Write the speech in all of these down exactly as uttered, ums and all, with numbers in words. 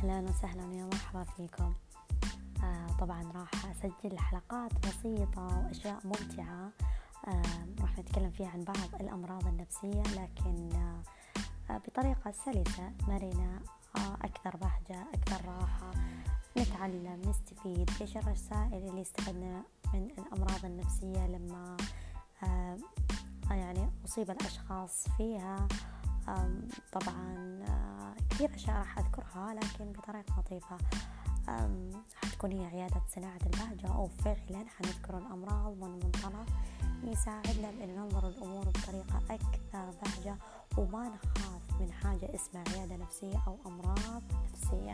أهلا وسهلا ويا مرحبا فيكم. آه طبعا راح أسجل حلقات بسيطة وأشياء ممتعة. آه راح نتكلم فيها عن بعض الأمراض النفسية، لكن آه بطريقة سلسة مرنة، آه أكثر بهجة، أكثر راحة. نتعلم، نستفيد إيش الرسائل اللي استفدنا من الأمراض النفسية لما آه يعني أصيب الأشخاص فيها. طبعا كثير أشياء راح أذكرها لكن بطريقة لطيفة. حتكون هي عيادة صناعة البهجة، أو فعلا حنذكر الأمراض من منطلق يساعدنا بأن ننظر الأمور بطريقة أكثر بهجة، وما نخاف من حاجة اسمها عيادة نفسية أو أمراض نفسية.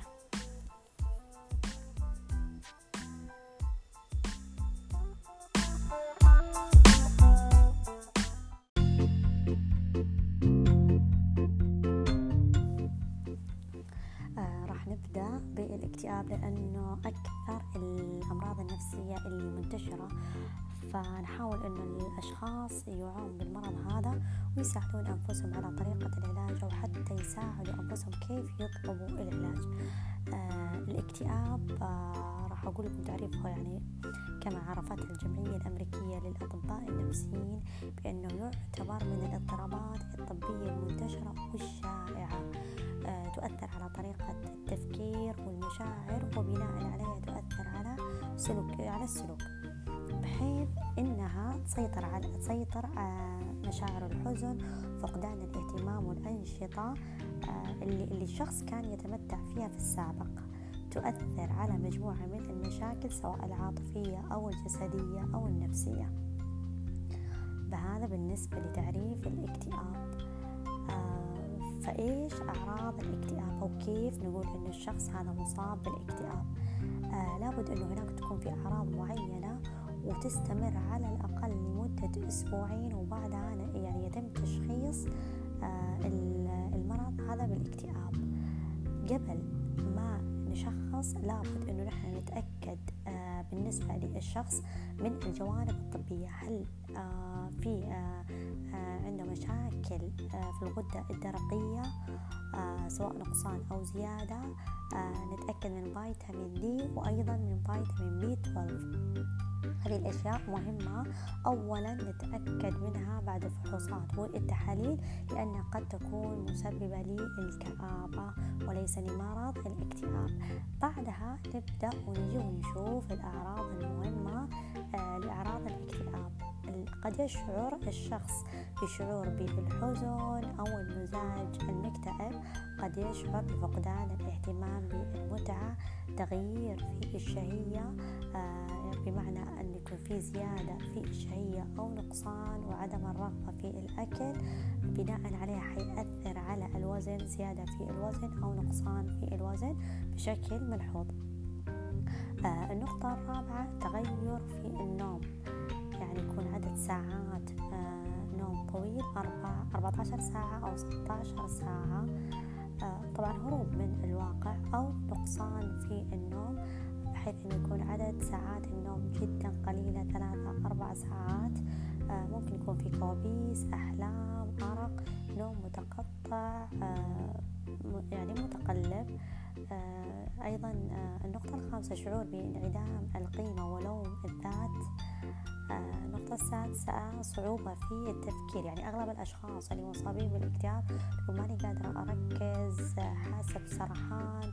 نبدأ بالاكتئاب لأنه أكثر الأمراض النفسية المنتشرة، فنحاول أن الأشخاص يعانون بالمرض هذا ويساعدون أنفسهم على طريقة العلاج، أو حتى يساعدوا أنفسهم كيف يطلبوا العلاج. آه الاكتئاب آه راح أقول لكم تعريفه، يعني كما عرفتها الجمعية الأمريكية للأطباء النفسيين بأنه يعتبر من الاضطرابات الطبية المنتشرة والشائعة. آه تؤثر على طريقة التفكير والمشاعر، وبناء عليها تؤثر على سلوك على السلوك، بحيث إنها تسيطر على تسيطر على مشاعر الحزن، فقدان الاهتمام والأنشطة آه اللي, اللي الشخص كان يتمتع فيها في السابق. تؤثر على مجموعة من المشاكل سواء العاطفية أو الجسدية أو النفسية. بهذا بالنسبة لتعريف الاكتئاب. آه فإيش أعراض الاكتئاب، أو كيف نقول إن الشخص هذا مصاب بالاكتئاب؟ آه لابد إنه هناك تكون في أعراض معينة وتستمر على الأقل لمدة أسبوعين، وبعدها يعني يتم تشخيص آه المرض هذا بالاكتئاب. قبل ما نشخص لابد إنه نحن نتأكد آه بالنسبة للشخص من الجوانب الطبية، هل آه في آه آه عنده مشاكل آه في الغدة الدرقية، آه سواء نقصان أو زيادة. آه نتأكد من فيتامين دي، وأيضا من فيتامين بي اثنا عشر. هذه الأشياء مهمة أولا نتأكد منها بعد الفحوصات والتحاليل، لأنها قد تكون مسببة للكآبة وليس لمرض الاكتئاب. بعدها نبدأ ونجي ونشوف الأعراض المهمة آه لأعراض الاكتئاب. قد يشعر الشخص بشعور بالحزن أو المزاج المكتئب، قد يشعر بفقدان الاهتمام بالمتعة، تغيير في الشهية آه بمعنى أن يكون في زيادة في الشهية أو نقصان وعدم الرغبة في الأكل، بناء عليها حيأثر على الوزن، زيادة في الوزن أو نقصان في الوزن بشكل ملحوظ. آه النقطة الرابعة تغير في النوم، يعني يكون عدد ساعات آه نوم طويل أربعة عشر ساعة أو ستة عشر ساعة. آه طبعا هروب من الواقع أو نقصان في النوم، بحيث أن يكون عدد ساعات النوم جدا قليلة، ثلاثة أربع ساعات. آه ممكن يكون في كوابيس، أحلام، أرق، نوم متقطع آه يعني متقلب. آه أيضا آه النقطة الخامسة شعور بانعدام القيمة ولوم الذات. آه النقطة السادسة صعوبة في التفكير، يعني أغلب الأشخاص اللي مصابين بالاكتئاب يقول ماني قادرة أركز، حاسة بسرحان،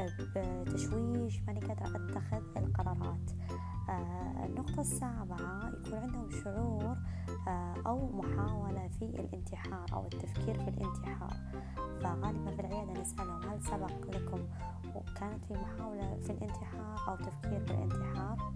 بتشويش، ماني قادرة أتخذ القرارات. آه النقطة السابعة يكون عندهم شعور آه أو محاولة في الانتحار أو التفكير في الانتحار، فغالبا في العيادة نسألهم هل سبق لكم وكانت في محاولة في الانتحار أو تفكير في الانتحار؟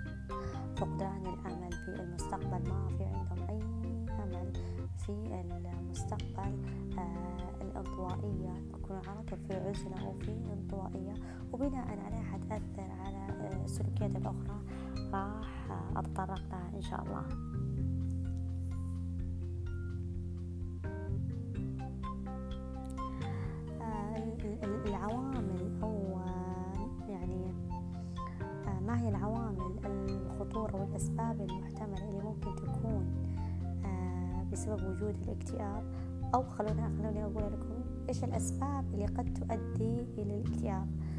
فقدان الأمل في المستقبل، ما في عندهم أي أمل في المستقبل. آه الانطوائية، يكونوا على طول في عزلة أو في انطوائية، وبناء عليها حتأثر على آه السلوكيات الأخرى راح آه أتطرق لها إن شاء الله. آه العوامل أو آه يعني آه ما هي العوامل الخطورة والأسباب المحتملة اللي ممكن تكون آه بسبب وجود الاكتئاب، أو خلونا خلوني أقول لكم إيش الأسباب اللي قد تؤدي إلى الاكتئاب.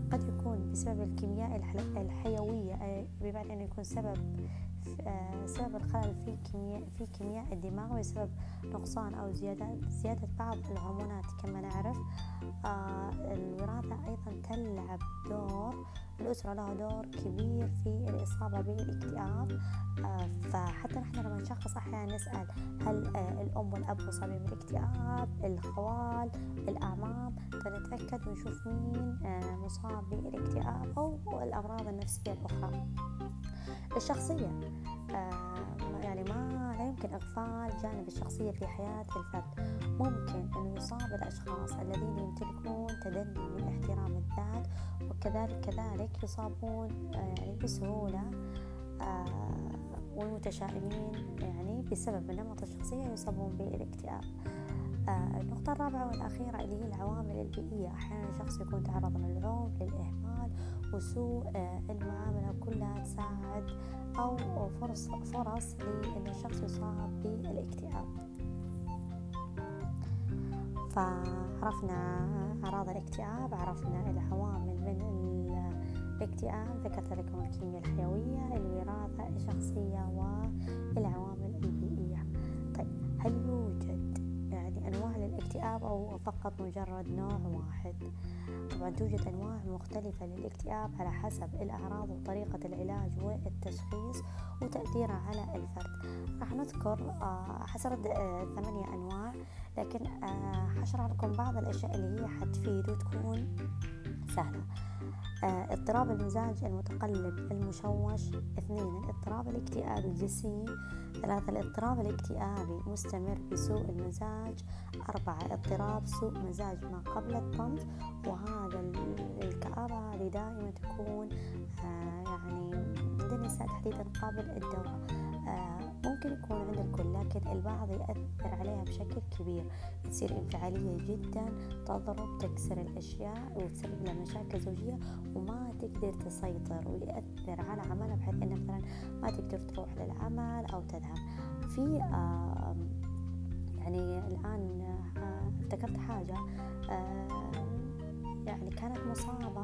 قد يكون بسبب الكيمياء الحيوية، بمعنى أنه يكون سبب سبب الخلل في كيمياء في كيمياء الدماغ بسبب نقصان أو زيادة زيادة بعض الهرمونات. كما نعرف آه الوراثة أيضا تلعب دور، الأسرة لها دور كبير في الإصابة بالاكتئاب. آه فحتى نحن لما نشخص أحيانا نسأل هل آه الأم والأب مصابين بالاكتئاب، الخوال، الأعمام، فنتأكد ونشوف مين آه مصاب بالاكتئاب أو الأمراض النفسية الأخرى. الشخصية آه يعني ما لا يمكن إغفال جانب الشخصية في حياة الفرد. ممكن أن يصاب الأشخاص الذين يمتلكون تدني من احترام الذات، وكذلك كذلك يصابون آه يعني بسهولة آه والمتشائمين يعني بسبب نمط الشخصية يصابون بالاكتئاب. آه النقطة الرابعة والأخيرة اللي هي العوامل البيئية. أحيانا الشخص يكون تعرض للعنف، للإهمال، وسوء آه المعاملة، كلها تساعد أو فرص فرص لأن الشخص يصاب بالاكتئاب. فعرفنا أعراض الاكتئاب، عرفنا العوامل من الاكتئاب، ذكرت لكم الكيمياء الحيوية، الوراثة، الشخصية، والعوامل البيئية. طيب، هل يوجد يعني أنواع للاكتئاب أو فقط مجرد نوع واحد؟ طبعا توجد أنواع مختلفة للاكتئاب على حسب الأعراض وطريقة العلاج والتشخيص وتأثيرها على الفرد. راح نذكر آه حسرد آه ثمانية أنواع، لكن آه حشرح لكم بعض الأشياء اللي هي حتفيد وتكون سهلة. آه، اضطراب المزاج المتقلب المشوش. اثنين، الاضطراب الاكتئابي الجسيم. ثلاثة، الاضطراب الاكتئابي مستمر بسوء المزاج. أربعة، اضطراب سوء مزاج ما قبل الطمث، وهذا الكآبة هذه دائما تكون آه يعني عند النساء تحديدا قبل الدورة. آه ممكن يكون عند الكل، لكن البعض يأثر عليها بشكل كبير، تصير انفعالية جدا، تضرب، تكسر الأشياء، وتسبب لها مشاكل زوجية وما تقدر تسيطر، ويأثر على عملها بحيث أنها مثلا ما تقدر تروح للعمل أو تذهب. في آه يعني الآن آه افتكرت حاجة، آه يعني كانت مصابة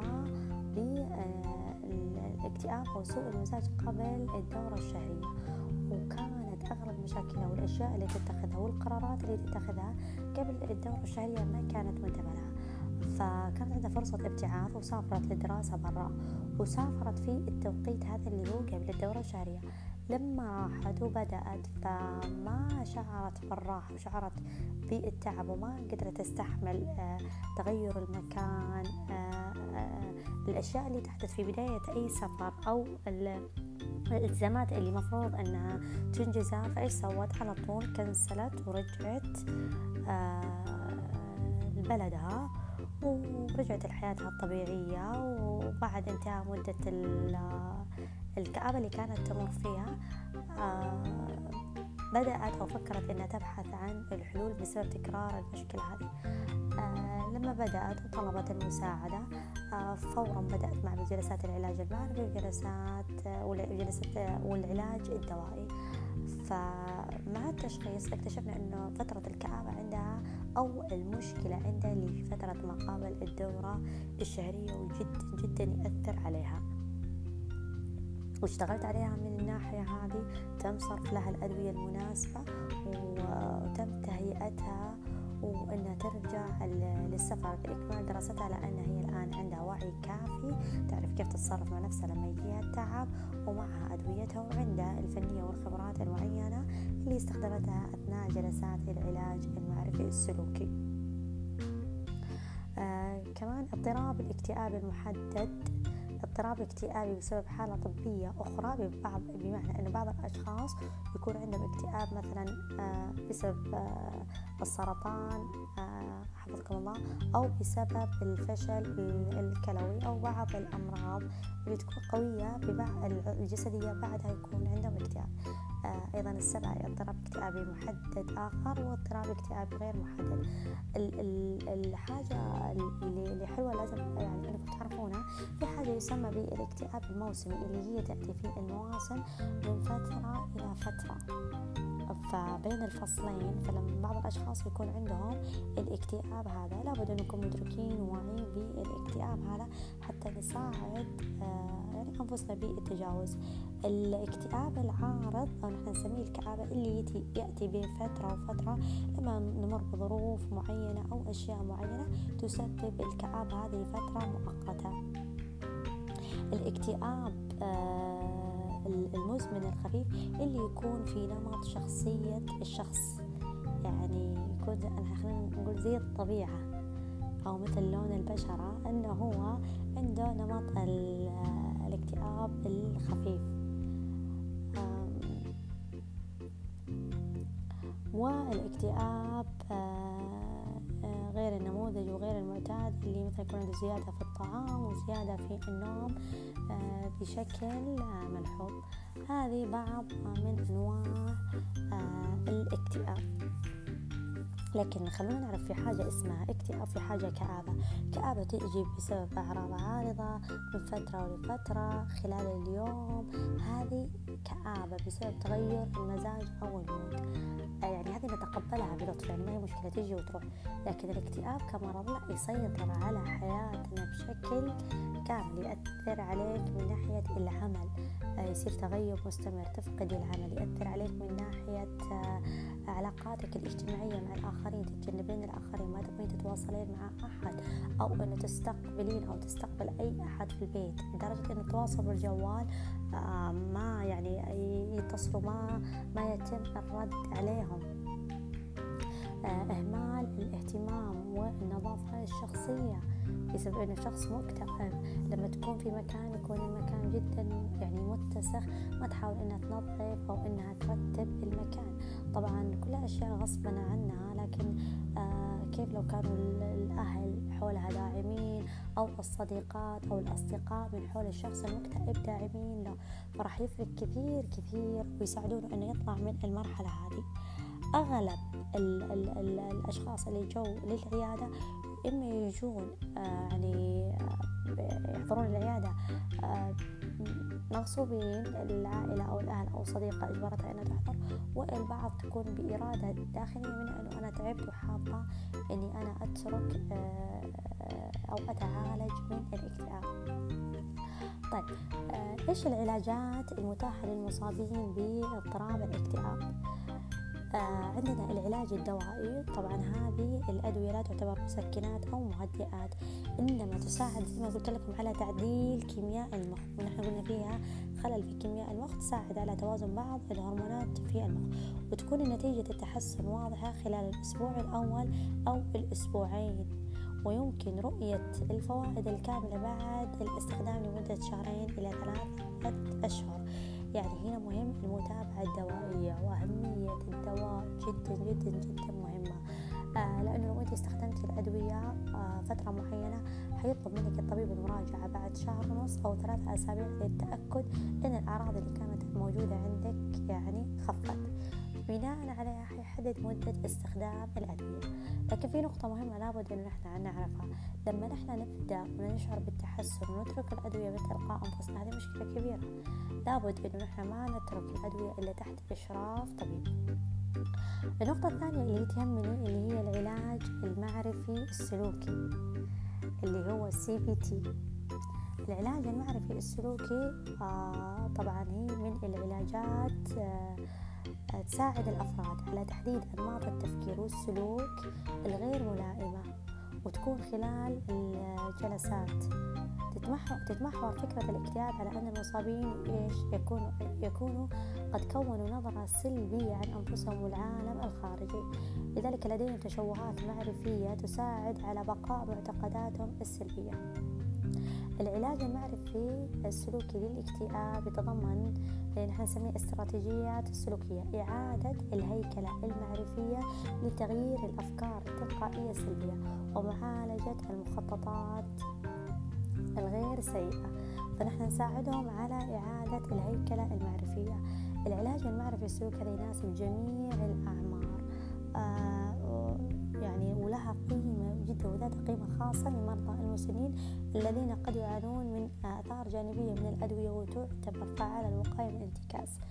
بالاكتئاب أو سوء المزاج قبل الدورة الشهرية، وكانت أغلب مشاكلها والأشياء اللي تتخذها والقرارات اللي تتخذها قبل الدورة الشهرية ما كانت منتبهة لها. فكانت عندها فرصة ابتعاث وسافرت للدراسة برا، وسافرت في التوقيت هذا اللي هو قبل الدورة الشهرية. لما راحت وبدأت فما شعرت بالراحة وشعرت بالتعب وما قدرت تستحمل آه تغير المكان، آه آه الأشياء اللي تحدث في بداية أي سفر أو الالتزامات اللي مفروض أنها تنجزها. فإيش سوت؟ على طول كنسلت ورجعت آه لبلدها ورجعت لحياتها الطبيعية. وبعد انتهاء مدة الكآبة اللي كانت تمر فيها آه بدأت أو فكرت أنها تبحث عن الحلول بسبب تكرار المشكلة هذه. آه لما بدأت وطلبت المساعدة آه فورا بدأت مع جلسات العلاج المعرفي وجلسات وجلسات والعلاج الدوائي. فمع التشخيص اكتشفنا أنه فترة الكآبة عندها أو المشكلة عندها اللي في فترة ما قبل الدورة الشهرية، وجدا جدا يأثر عليها. واشتغلت عليها من الناحية هذه، تم صرف لها الأدوية المناسبة وتم تهيئتها وأنها ترجع للسفر بإكمال دراستها، لأن هي الآن عندها وعي كافي تعرف كيف تتصرف مع نفسها لما يجيها التعب، ومعها أدويتها وعندها الفنية والخبرات المعينة اللي استخدمتها أثناء جلسات العلاج المعرفي السلوكي. آه كمان اضطراب الاكتئاب المحدد، اضطراب اكتئابي بسبب حالة طبية أخرى، ببعض بمعنى أن بعض الأشخاص يكون عندهم اكتئاب مثلا آه بسبب آه السرطان آه حفظكم الله، أو بسبب الفشل الكلوي، أو بعض الأمراض اللي تكون قوية ببعض الجسدية بعدها يكون عندهم اكتئاب. آه أيضا السبعة اضطراب اكتئابي محدد آخر واضطراب اكتئابي غير محدد. الحاجة اللي حلوة لازم يعني أنكم تعرفونها، في حاجة يسمى بالاكتئاب الموسمي اللي هي تأتي في المواسم من فترة إلى فترة. فبين الفصلين، فلما بعض الأشخاص يكون عندهم الاكتئاب هذا لابد أن نكون مدركين وواعيين بالاكتئاب هذا حتى نساعد يعني أنفسنا بالتجاوز. الاكتئاب العارض أو نحن نسميه الكآبة اللي يأتي بين فترة وفترة لما نمر بظروف معينة أو أشياء معينة تسبب الكآبة هذه فترة مؤقتة. الاكتئاب المزمن الخفيف اللي يكون في نمط شخصية الشخص، يعني يكون خلينا نقول زي الطبيعة أو مثل لون البشرة، أنه هو عنده نمط الاكتئاب الخفيف. والاكتئاب غير النموذج وغير المعتاد اللي مثل يكون عنده زيادة في الطعام وزيادة في النوم بشكل ملحوظ. هذه بعض من أنواع الاكتئاب. لكن خلونا نعرف في حاجة اسمها اكتئاب، في حاجة كآبة. كآبة تيجي بسبب أعراض عارضة من فترة لفترة خلال اليوم، هذه كآبة بسبب تغير المزاج أو المود، يعني هذه نتقبلها بلطف، يعني ما هي مشكلة تيجي وتروح. لكن الاكتئاب كمرض لا، يسيطر على حياتنا بشكل كامل، يأثر عليك من ناحية العمل، يصير تغيب مستمر، تفقد العمل، يأثر عليك من ناحية علاقاتك الاجتماعية مع الآخرين، تتجنبين الآخرين، ما تبغين تتواصلين مع أحد أو أن تستقبلين أو تستقبل أي أحد في البيت، لدرجة أن التواصل بالجوال آه ما يعني يتصلوا ما ما يتم الرد عليهم. آه إهمال الاهتمام والنظافة الشخصية بسبب أنه شخص مكتئب، لما تكون في مكان يكون المكان جدا يعني متسخ، ما تحاول أنها تنظف أو أنها ترتب المكان. طبعا كلها أشياء غصبا عنها، لكن آه كيف لو كانوا الأهل حولها داعمين أو الصديقات أو الأصدقاء من حول الشخص المكتئب داعمين له، فراح يفرق كثير كثير ويساعدونه أنه يطلع من المرحلة هذه. أغلب ال ال ال الأشخاص اللي جو للعيادة إما يجون آه يعني آه يحضرون العيادة آه مغصوبين، العائلة أو الأهل أو صديقة إجبرتها أنها تحضر، والبعض تكون بإرادة داخلية من أنه أنا تعبت وحابة أني أنا أترك آه أو أتعالج من الاكتئاب. طيب آه إيش العلاجات المتاحة للمصابين باضطراب الاكتئاب؟ آه عندنا العلاج الدوائي، طبعا هذه الأدوية لا تعتبر مسكنات أو مهدئات، إنما تساعد زي ما قلت لكم على تعديل كيمياء المخ، ونحن قلنا فيها خلل في كيمياء المخ، تساعد على توازن بعض الهرمونات في المخ، وتكون نتيجة التحسن واضحة خلال الأسبوع الأول أو الأسبوعين، ويمكن رؤية الفوائد الكاملة بعد الاستخدام لمدة شهرين إلى ثلاثة أشهر. يعني هنا مهم المتابعة الدوائية، وأهمية الدواء جدا جدا جدا مهمة، آه لأنه لو أنت استخدمت الأدوية آه فترة معينة حيطلب منك الطبيب المراجعة بعد شهر ونص أو ثلاثة أسابيع للتأكد أن الأعراض اللي كانت موجودة عندك يعني خفت. بناء عليها حيحدد مدة استخدام الأدوية. لكن في نقطة مهمة لابد أن نحن نعرفها، لما نحن نبدأ ونشعر بالتحسن ونترك الأدوية بتلقاء أنفسنا، هذه مشكلة كبيرة، لابد أن نحن ما نترك الأدوية إلا تحت إشراف طبيب. النقطة الثانية اللي تهمني اللي هي العلاج المعرفي السلوكي اللي هو سي بي تي. العلاج المعرفي السلوكي آه طبعا هي من العلاجات آه تساعد الأفراد على تحديد أنماط التفكير والسلوك الغير ملائمة، وتكون خلال الجلسات تتمحور فكرة الاكتئاب على أن المصابين إيش يكونوا يكونوا قد كونوا نظرة سلبية عن أنفسهم والعالم الخارجي، لذلك لديهم تشوهات معرفية تساعد على بقاء معتقداتهم السلبية. العلاج المعرفي السلوكي للاكتئاب يتضمن اللي نحن نسميه استراتيجيات السلوكية، إعادة الهيكلة المعرفية لتغيير الأفكار التلقائية السلبية، ومعالجة المخططات الغير سيئة، فنحن نساعدهم على إعادة الهيكلة المعرفية. العلاج المعرفي السلوكي هذا يناسب جميع الأعمار آه يعني ولها قيمة جدا وذات قيمة خاصة للمرضى المسنين الذين قد يعانون من آثار جانبية من الأدوية وتعتبر فعالة للوقاية من الانتكاس.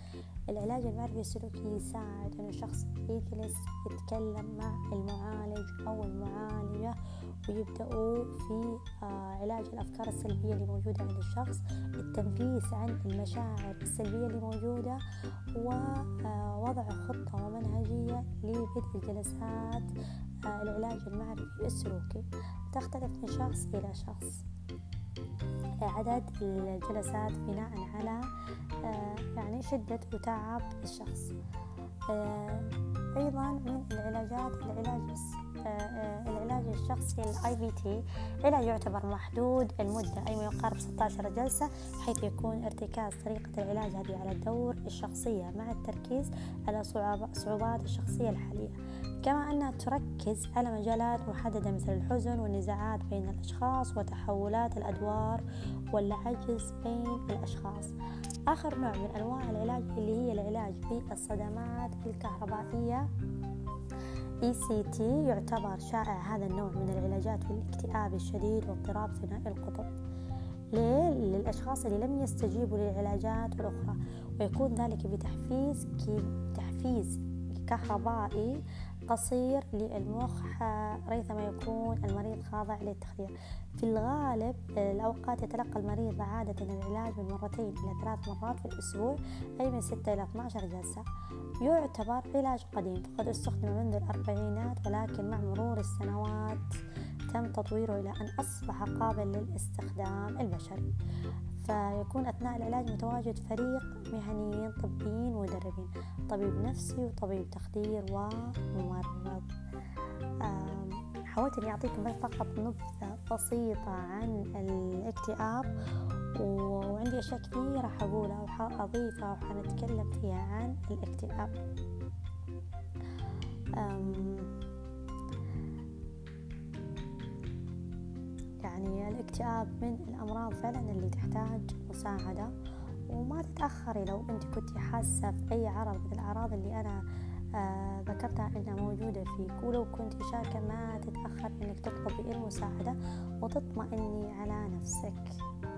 العلاج المعرفي السلوكي يساعد إنه الشخص يجلس يتكلم مع المعالج أو المعالجة ويبدأوا في آه، علاج الأفكار السلبية اللي موجودة عند الشخص، التنفيس عن المشاعر السلبية اللي موجودة، ووضع خطة ومنهجية لبدء الجلسات آه، العلاج المعرفي السلوكي. تختلف من شخص إلى شخص عدد الجلسات بناء على آه، يعني شدة وتعب الشخص. آه، أيضا من العلاجات العلاج آه، آه، العلاج الشخصي ال آي بي تي علاج يعتبر محدود المدة، أي ما يقارب ستة عشر جلسة، حيث يكون ارتكاز طريقة العلاج هذه على الدور الشخصية مع التركيز على صعوبات الشخصية الحالية، كما أنها تركز على مجالات محددة مثل الحزن والنزاعات بين الأشخاص وتحولات الأدوار والعجز بين الأشخاص. آخر نوع من أنواع العلاج اللي هي العلاج بالصدمات الكهربائية إي سي تي، يعتبر شائع هذا النوع من العلاجات في الاكتئاب الشديد واضطراب ثنائي القطب ليه؟ للأشخاص اللي لم يستجيبوا للعلاجات الأخرى، ويكون ذلك بتحفيز تحفيز كهربائي قصير للمخ ريثما يكون المريض خاضع للتخدير. في الغالب الأوقات يتلقى المريض عادة العلاج من مرتين إلى ثلاث مرات في الأسبوع، أي من ستة إلى اثنتي عشرة جلسة. يعتبر علاج قديم فقد استخدم منذ الأربعينات، ولكن مع مرور السنوات تم تطويره إلى أن أصبح قابل للاستخدام البشري. فيكون أثناء العلاج متواجد فريق مهنيين طبيين ومدربين، طبيب نفسي وطبيب تخدير وممرض. حاولت أن أعطيكم بس فقط نبذة بسيطة عن الاكتئاب، وعندي أشياء كثيرة حقولها وحأضيفها وحنتكلم فيها عن الاكتئاب. يعني الاكتئاب من الأمراض فعلا اللي تحتاج مساعدة، وما تتأخري لو أنت كنت حاسة في أي عرض من الأعراض اللي أنا آه ذكرتها إنها موجودة فيك، ولو كنت شاكة ما تتأخر إنك تطلبي المساعدة وتطمئني على نفسك.